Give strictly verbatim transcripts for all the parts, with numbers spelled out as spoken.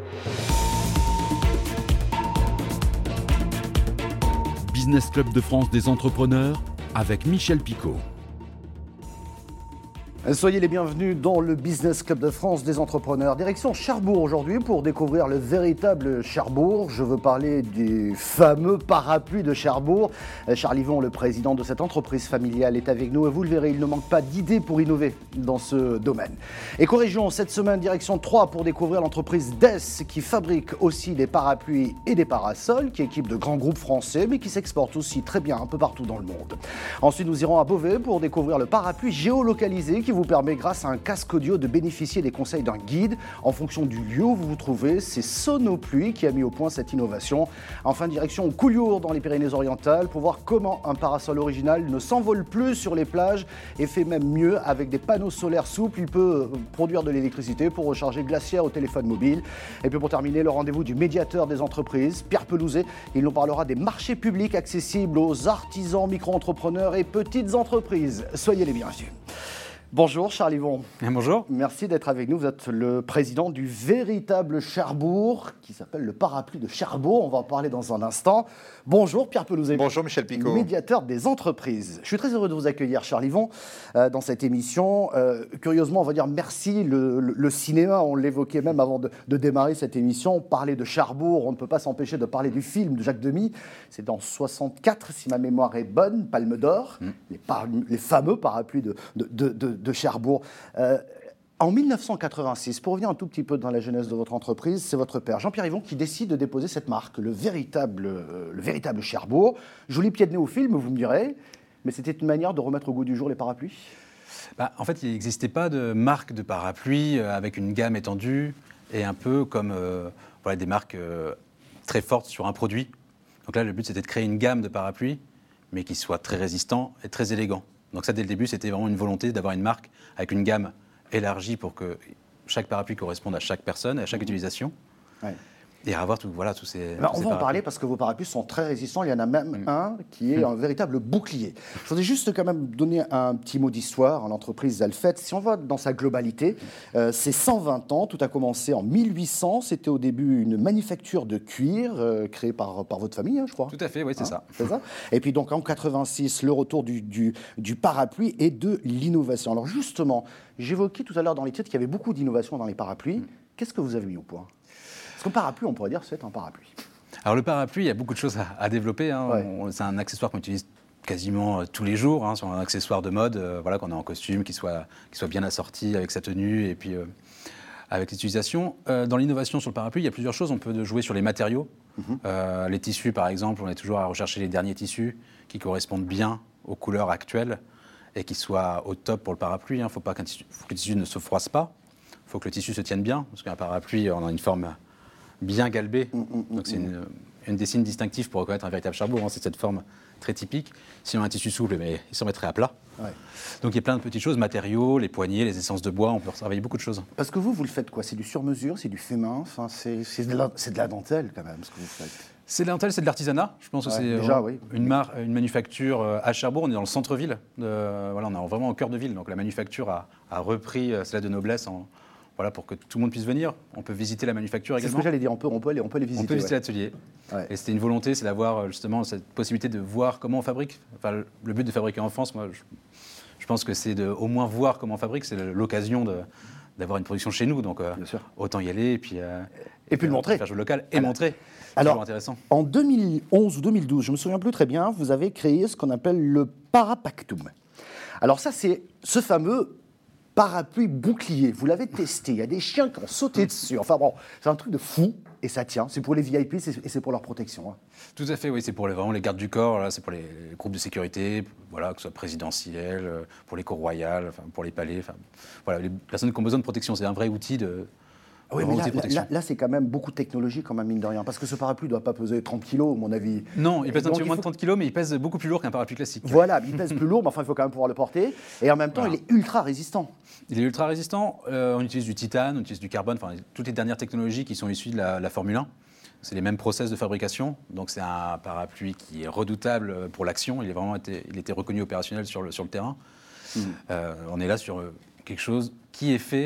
Business Club de France des entrepreneurs avec Michel Picot. Soyez les bienvenus dans le Business Club de France des entrepreneurs. Direction Cherbourg aujourd'hui pour découvrir le véritable Cherbourg. Je veux parler du fameux parapluie de Cherbourg. Charles Yvon, le président de cette entreprise familiale, est avec nous et vous le verrez, il ne manque pas d'idées pour innover dans ce domaine. Éco-région, cette semaine, direction Troyes pour découvrir l'entreprise D E S qui fabrique aussi des parapluies et des parasols, qui équipe de grands groupes français mais qui s'exporte aussi très bien un peu partout dans le monde. Ensuite, nous irons à Beauvais pour découvrir le parapluie géolocalisé qui vous permet, grâce à un casque audio, de bénéficier des conseils d'un guide en fonction du lieu où vous vous trouvez. C'est Sonopluie qui a mis au point cette innovation. Enfin, direction Couillours dans les Pyrénées-Orientales pour voir comment un parasol original ne s'envole plus sur les plages et fait même mieux avec des panneaux solaires souples. Il peut produire de l'électricité pour recharger glaciaire au téléphone mobile. Et puis pour terminer, le rendez-vous du médiateur des entreprises, Pierre Pelouzet. Il nous parlera des marchés publics accessibles aux artisans, micro-entrepreneurs et petites entreprises. Soyez les bienvenus. Bonjour Charles Yvon. Bonjour. Merci d'être avec nous. Vous êtes le président du véritable Cherbourg qui s'appelle le parapluie de Cherbourg. On va en parler dans un instant. Bonjour Pierre Pelouzet. Bonjour Michel Picot. Médiateur des entreprises. Je suis très heureux de vous accueillir Charles Yvon euh, dans cette émission. Euh, curieusement, on va dire merci. Le, le, le cinéma, on l'évoquait même avant de, de démarrer cette émission. Parler de Cherbourg, on ne peut pas s'empêcher de parler du film de Jacques Demy. C'est en soixante-quatre, si ma mémoire est bonne, Palme d'Or, mmh. les, par, les fameux parapluies de, de, de, de de Cherbourg. Euh, en mille neuf cent quatre-vingt-six, pour revenir un tout petit peu dans la jeunesse de votre entreprise, c'est votre père, Jean-Pierre Yvon, qui décide de déposer cette marque, le véritable, euh, le véritable Cherbourg. Joli pied de nez au film, vous me direz, mais c'était une manière de remettre au goût du jour les parapluies. Bah, en fait, il n'existait pas de marque de parapluie euh, avec une gamme étendue et un peu comme euh, voilà, des marques euh, très fortes sur un produit. Donc là, le but, c'était de créer une gamme de parapluies, mais qui soit très résistant et très élégant. Donc ça, dès le début, c'était vraiment une volonté d'avoir une marque avec une gamme élargie pour que chaque parapluie corresponde à chaque personne, à chaque mmh. utilisation. Ouais. Et avoir tout, voilà, tous ces. Alors, tous on ces va en parler parce que vos parapluies sont très résistants. Il y en a même mmh. un qui est mmh. un véritable bouclier. Je voudrais juste quand même donner un petit mot d'histoire à l'entreprise Alfet. Si on va dans sa globalité, euh, c'est cent vingt ans. Tout a commencé en mille huit cents. C'était au début une manufacture de cuir euh, créée par, par votre famille, hein, je crois. Tout à fait, oui, c'est, hein, ça. c'est ça. Et puis donc en quatre-vingt-six, le retour du, du, du parapluie et de l'innovation. Alors justement, j'évoquais tout à l'heure dans les titres qu'il y avait beaucoup d'innovations dans les parapluies. Mmh. Qu'est-ce que vous avez mis au point ? Parce qu'un parapluie, on pourrait dire, c'est un parapluie. Alors le parapluie, il y a beaucoup de choses à, à développer. Hein. Ouais. On, c'est un accessoire qu'on utilise quasiment euh, tous les jours. Hein. C'est un accessoire de mode, euh, voilà, qu'on a en costume, qui soit, qui soit bien assorti avec sa tenue et puis euh, avec l'utilisation. Euh, dans l'innovation sur le parapluie, il y a plusieurs choses. On peut jouer sur les matériaux. Mm-hmm. Euh, les tissus, par exemple, on est toujours à rechercher les derniers tissus qui correspondent bien aux couleurs actuelles et qui soient au top pour le parapluie. Il ne faut pas qu'un tissu, faut que le tissu ne se froisse pas. Il faut que le tissu se tienne bien, parce qu'un parapluie, on a une forme bien galbé, mmh, mmh, donc c'est une, une des signes distinctifs pour reconnaître un véritable Cherbourg, hein, c'est cette forme très typique. Si on a un tissu souple, mais il s'en mettrait à plat. Ouais. Donc il y a plein de petites choses, matériaux, les poignées, les essences de bois, on peut travailler beaucoup de choses. Parce que vous, vous le faites quoi ? C'est du sur-mesure, c'est du fait main, enfin, c'est, c'est, de la, c'est de la dentelle quand même, ce que vous faites. C'est de la dentelle, c'est de l'artisanat. Je pense ouais, que c'est déjà, oui. une, mar- une manufacture à Cherbourg, on est dans le centre-ville. De, voilà, on est vraiment au cœur de ville, donc la manufacture a, a repris cela de noblesse en... Voilà, pour que tout le monde puisse venir. On peut visiter la manufacture également. C'est ce que j'allais dire, on peut, on peut, aller, on peut les visiter. On peut visiter ouais. l'atelier. Ouais. Et c'était une volonté, c'est d'avoir justement cette possibilité de voir comment on fabrique. Enfin, le, le but de fabriquer en France, moi, je, je pense que c'est de au moins voir comment on fabrique. C'est l'occasion de, d'avoir une production chez nous. Donc, euh, autant y aller et puis, euh, et puis le montrer. Faire jouer local et alors, montrer. C'est alors, toujours intéressant. En deux mille onze ou deux mille douze, je ne me souviens plus très bien, vous avez créé ce qu'on appelle le Parapactum. Alors ça, c'est ce fameux parapluie bouclier, vous l'avez testé, il y a des chiens qui ont sauté dessus, enfin bon, c'est un truc de fou, et ça tient, c'est pour les V I P c'est, et c'est pour leur protection. Hein. Tout à fait, oui, c'est pour les, vraiment les gardes du corps, là, c'est pour les, les groupes de sécurité, voilà, que ce soit présidentiel, pour les cours royales, enfin, pour les palais, enfin, voilà, les personnes qui ont besoin de protection, c'est un vrai outil de... Ah oui, mais là, là, là, c'est quand même beaucoup de technologie, quand même, mine de rien. Parce que ce parapluie ne doit pas peser trente kilos, à mon avis. Non, il pèse un petit peu moins faut... de trente kilos, mais il pèse beaucoup plus lourd qu'un parapluie classique. Voilà, il pèse plus lourd, mais enfin, il faut quand même pouvoir le porter. Et en même temps, voilà. Il est ultra résistant. Il est ultra résistant. Euh, on utilise du titane, on utilise du carbone, enfin, toutes les dernières technologies qui sont issues de la, la Formule un. C'est les mêmes process de fabrication. Donc, c'est un parapluie qui est redoutable pour l'action. Il, est vraiment été, il était reconnu opérationnel sur le, sur le terrain. Mmh. Euh, on est là sur quelque chose qui est fait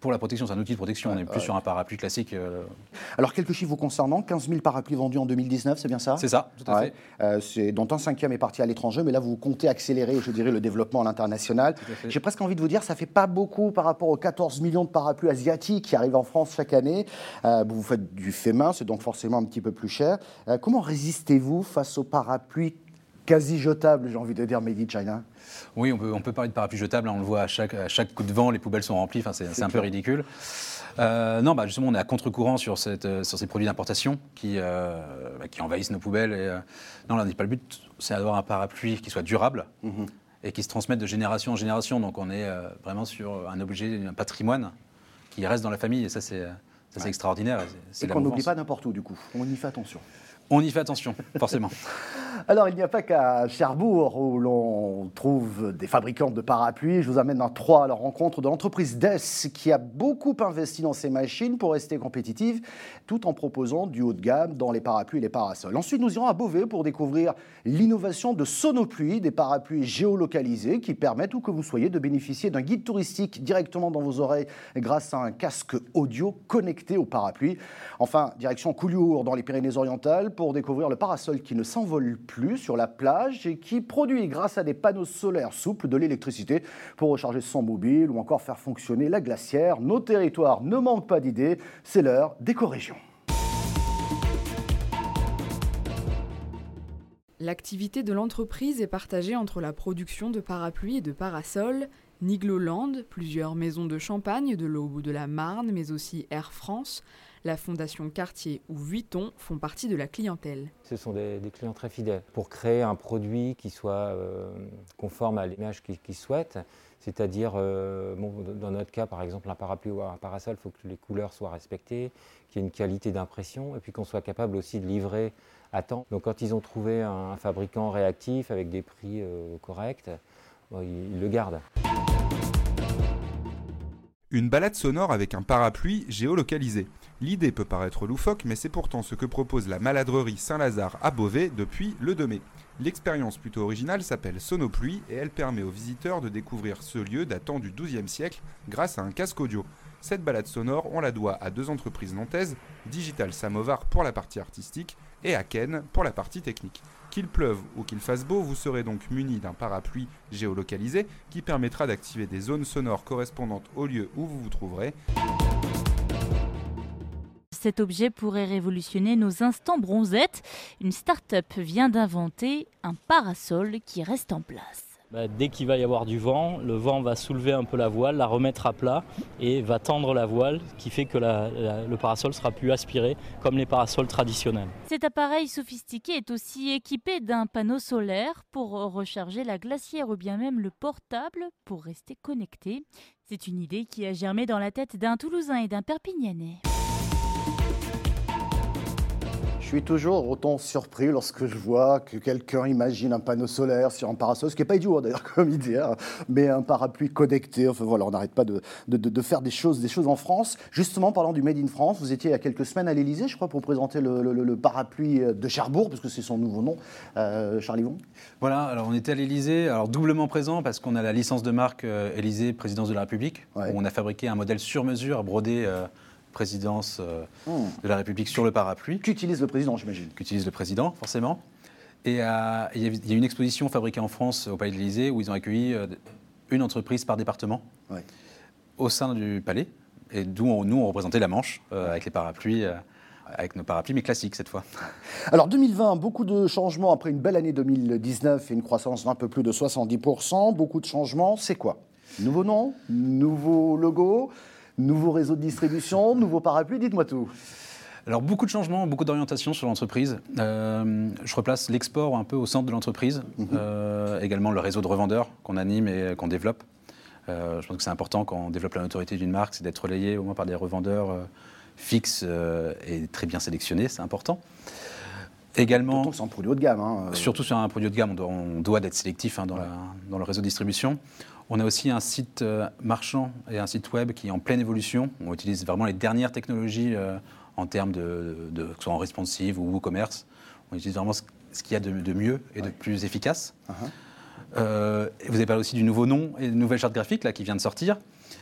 Pour la protection, c'est un outil de protection, ouais, on est plus ouais. sur un parapluie classique. Euh... Alors, quelques chiffres vous concernant, quinze mille parapluies vendus en deux mille dix-neuf, c'est bien ça? C'est ça, tout à ouais. fait. Euh, c'est, dont un cinquième est parti à l'étranger, mais là, vous comptez accélérer, je dirais, le développement à l'international. J'ai presque envie de vous dire, ça ne fait pas beaucoup par rapport aux quatorze millions de parapluies asiatiques qui arrivent en France chaque année. Euh, vous faites du fait main, c'est donc forcément un petit peu plus cher. Euh, comment résistez-vous face aux parapluies quasi jetables, j'ai envie de dire, made in China? Oui, on peut, on peut parler de parapluie jetable, hein, on le voit à chaque, à chaque coup de vent, les poubelles sont remplies, enfin, c'est, c'est, c'est un peu ridicule. Euh, non, bah justement, on est à contre-courant sur, cette, euh, sur ces produits d'importation qui, euh, bah, qui envahissent nos poubelles. Et, euh, non, là, n'est pas le but, c'est d'avoir un parapluie qui soit durable mm-hmm. et qui se transmette de génération en génération. Donc, on est euh, vraiment sur un objet, un patrimoine qui reste dans la famille, et ça, c'est, ça, c'est ouais. extraordinaire. C'est, c'est et qu'on n'oublie pas n'importe où, du coup. On y fait attention. On y fait attention, forcément. Alors, il n'y a pas qu'à Cherbourg où l'on trouve des fabricants de parapluies. Je vous amène dans Troyes à la rencontre de l'entreprise D E S qui a beaucoup investi dans ses machines pour rester compétitive, tout en proposant du haut de gamme dans les parapluies et les parasols. Ensuite, nous irons à Beauvais pour découvrir l'innovation de Sonopluie, des parapluies géolocalisés qui permettent, où que vous soyez, de bénéficier d'un guide touristique directement dans vos oreilles grâce à un casque audio connecté au parapluie. Enfin, direction Collioure dans les Pyrénées-Orientales pour découvrir le parasol qui ne s'envole plus sur la plage et qui produit, grâce à des panneaux solaires souples, de l'électricité pour recharger son mobile ou encore faire fonctionner la glacière. Nos territoires ne manquent pas d'idées, c'est l'heure d'éco-région. L'activité de l'entreprise est partagée entre la production de parapluies et de parasols, Nigloland, plusieurs maisons de champagne de l'Aube ou de la Marne, mais aussi Air France, la Fondation Cartier ou Vuitton font partie de la clientèle. Ce sont des, des clients très fidèles. Pour créer un produit qui soit euh, conforme à l'image qu'ils, qu'ils souhaitent, c'est-à-dire, euh, bon, dans notre cas, par exemple, un parapluie ou un parasol, il faut que les couleurs soient respectées, qu'il y ait une qualité d'impression et puis qu'on soit capable aussi de livrer à temps. Donc quand ils ont trouvé un, un fabricant réactif avec des prix euh, corrects, bon, ils, ils le gardent. Une balade sonore avec un parapluie géolocalisé. L'idée peut paraître loufoque, mais c'est pourtant ce que propose la maladrerie Saint-Lazare à Beauvais depuis le deux mai. L'expérience plutôt originale s'appelle Sonopluie et elle permet aux visiteurs de découvrir ce lieu datant du douzième siècle grâce à un casque audio. Cette balade sonore, on la doit à deux entreprises nantaises, Digital Samovar pour la partie artistique et Aken pour la partie technique. Qu'il pleuve ou qu'il fasse beau, vous serez donc muni d'un parapluie géolocalisé qui permettra d'activer des zones sonores correspondantes au lieu où vous vous trouverez. Cet objet pourrait révolutionner nos instants bronzettes. Une start-up vient d'inventer un parasol qui reste en place. Bah, dès qu'il va y avoir du vent, le vent va soulever un peu la voile, la remettre à plat et va tendre la voile, qui fait que la, la, le parasol sera plus aspiré comme les parasols traditionnels. Cet appareil sophistiqué est aussi équipé d'un panneau solaire pour recharger la glacière ou bien même le portable pour rester connecté. C'est une idée qui a germé dans la tête d'un Toulousain et d'un Perpignanais. Je suis toujours autant surpris lorsque je vois que quelqu'un imagine un panneau solaire sur un parasol, ce qui n'est pas idiot d'ailleurs comme idée, hein, mais un parapluie connecté. Enfin voilà, on n'arrête pas de, de, de faire des choses, des choses en France. Justement, parlant du Made in France, vous étiez il y a quelques semaines à l'Élysée, je crois, pour présenter le, le, le parapluie de Cherbourg, parce que c'est son nouveau nom. Euh, Charles Yvon. Voilà, alors on était à l'Élysée, alors doublement présent parce qu'on a la licence de marque euh, Élysée, présidence de la République, ouais. Où on a fabriqué un modèle sur mesure, brodé. Euh, présidence euh, mmh. de la République sur le parapluie. Qu'utilise le président, j'imagine. Qu'utilise le président, forcément. Et il euh, y, y a une exposition fabriquée en France au Palais de l'Élysée où ils ont accueilli euh, une entreprise par département ouais. au sein du palais. Et d'où on, nous, on représentait la Manche euh, avec les parapluies, euh, avec nos parapluies, mais classiques cette fois. Alors deux mille vingt, beaucoup de changements après une belle année deux mille dix-neuf et une croissance d'un peu plus de soixante-dix pour cent. Beaucoup de changements, c'est quoi? Nouveau nom, nouveau logo, nouveau réseau de distribution, nouveau parapluie, dites-moi tout. Alors beaucoup de changements, beaucoup d'orientation sur l'entreprise. Euh, je replace l'export un peu au centre de l'entreprise. Mmh. Euh, également le réseau de revendeurs qu'on anime et qu'on développe. Euh, je pense que c'est important quand on développe la notoriété d'une marque, c'est d'être relayé au moins par des revendeurs euh, fixes euh, et très bien sélectionnés, c'est important. Également, surtout sur un produit haut de gamme. Hein. Surtout sur un produit haut de gamme, on doit, on doit être sélectif hein, dans, ouais. la, dans le réseau de distribution. On a aussi un site euh, marchand et un site web qui est en pleine évolution. On utilise vraiment les dernières technologies euh, en termes de, de, que ce soit en responsive ou WooCommerce. On utilise vraiment ce, ce qu'il y a de, de mieux et ouais. de plus efficace. Uh-huh. Euh, vous avez parlé aussi du nouveau nom et de nouvelle charte graphique là, qui vient de sortir.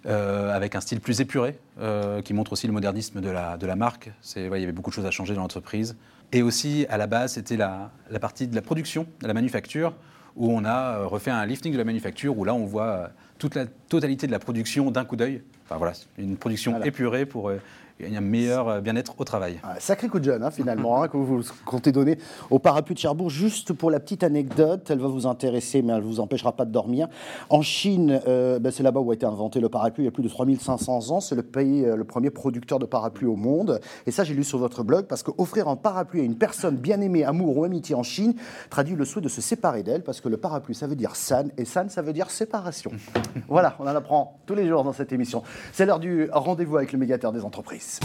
euh, avec un style plus épuré, euh, qui montre aussi le modernisme de la, de la marque. C'est, ouais, il y avait beaucoup de choses à changer dans l'entreprise. Et aussi, à la base, c'était la, la partie de la production, de la manufacture, où on a refait un lifting de la manufacture, où là, on voit toute la totalité de la production d'un coup d'œil. Enfin voilà, une production voilà. épurée pour euh, un meilleur bien-être au travail. Ah, sacré coup de jeune, hein, finalement, hein, que vous comptez donner au parapluie de Cherbourg. Juste pour la petite anecdote, elle va vous intéresser, mais elle ne vous empêchera pas de dormir. En Chine, euh, ben c'est là-bas où a été inventé le parapluie il y a plus de trois mille cinq cents ans. C'est le pays, euh, le premier producteur de parapluies au monde. Et ça, j'ai lu sur votre blog, parce qu'offrir un parapluie à une personne bien aimée, amour ou amitié en Chine, traduit le souhait de se séparer d'elle, parce que le parapluie, ça veut dire san, et san, ça veut dire séparation. Voilà, on en apprend tous les jours dans cette émission. C'est l'heure du rendez-vous avec le médiateur des entreprises.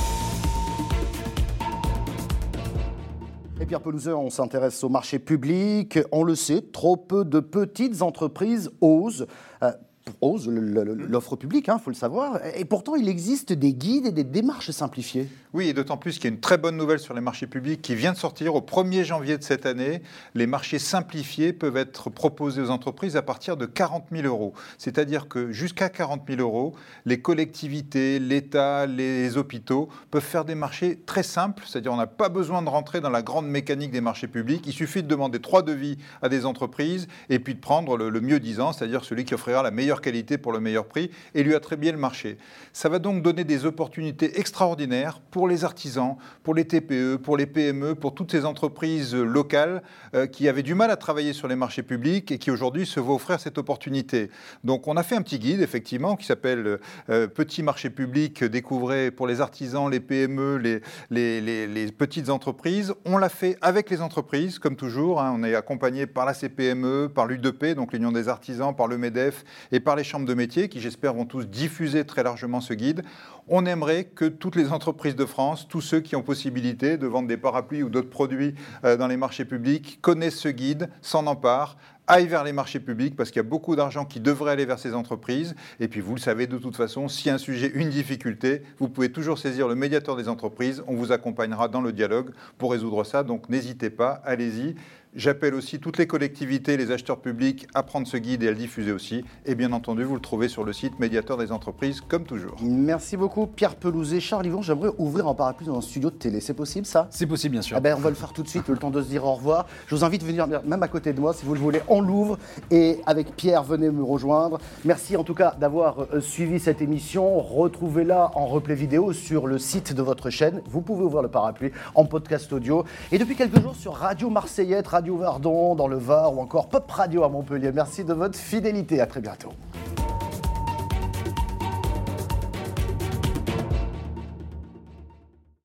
Et Pierre Pelouzet, on s'intéresse au marché public. On le sait, trop peu de petites entreprises osent... Euh, osent l'offre publique, il hein, faut le savoir. Et pourtant, il existe des guides et des démarches simplifiées. Oui, et d'autant plus qu'il y a une très bonne nouvelle sur les marchés publics qui vient de sortir au premier janvier de cette année. Les marchés simplifiés peuvent être proposés aux entreprises à partir de quarante mille euros. C'est-à-dire que jusqu'à quarante mille euros, les collectivités, l'État, les hôpitaux peuvent faire des marchés très simples. C'est-à-dire qu'on n'a pas besoin de rentrer dans la grande mécanique des marchés publics. Il suffit de demander trois devis à des entreprises et puis de prendre le, le mieux disant, c'est-à-dire celui qui offrira la meilleure qualité pour le meilleur prix et lui attribuer le marché. Ça va donc donner des opportunités extraordinaires pour les artisans, pour les T P E, pour les P M E, pour toutes ces entreprises locales euh, qui avaient du mal à travailler sur les marchés publics et qui aujourd'hui se voient offrir cette opportunité. Donc on a fait un petit guide effectivement qui s'appelle euh, Petit marché public, découvrez pour les artisans, les P M E, les, les, les, les petites entreprises. On l'a fait avec les entreprises comme toujours, hein. On est accompagné par la C P M E, par l'U D P, donc l'Union des artisans, par le MEDEF et par les chambres de métiers qui j'espère vont tous diffuser très largement ce guide. On aimerait que toutes les entreprises de France, tous ceux qui ont possibilité de vendre des parapluies ou d'autres produits euh, dans les marchés publics, connaissent ce guide, s'en emparent, aillent vers les marchés publics parce qu'il y a beaucoup d'argent qui devrait aller vers ces entreprises. Et puis vous le savez de toute façon, si un sujet, une difficulté, vous pouvez toujours saisir le médiateur des entreprises. On vous accompagnera dans le dialogue pour résoudre ça. Donc n'hésitez pas, allez-y. J'appelle aussi toutes les collectivités, les acheteurs publics à prendre ce guide et à le diffuser aussi. Et bien entendu, vous le trouvez sur le site médiateur des entreprises, comme toujours. Merci beaucoup Pierre Pelouzet. Charles Yvon, j'aimerais ouvrir un parapluie dans un studio de télé. C'est possible ça ? C'est possible, bien sûr. Eh ben, on va le faire tout de suite, le temps de se dire au revoir. Je vous invite à venir même à côté de moi, si vous le voulez. On l'ouvre et avec Pierre, venez me rejoindre. Merci en tout cas d'avoir euh, suivi cette émission. Retrouvez-la en replay vidéo sur le site de votre chaîne. Vous pouvez ouvrir le parapluie en podcast audio. Et depuis quelques jours sur Radio Marseillette, Radio Vardon, dans le Var ou encore Pop Radio à Montpellier. Merci de votre fidélité. À très bientôt.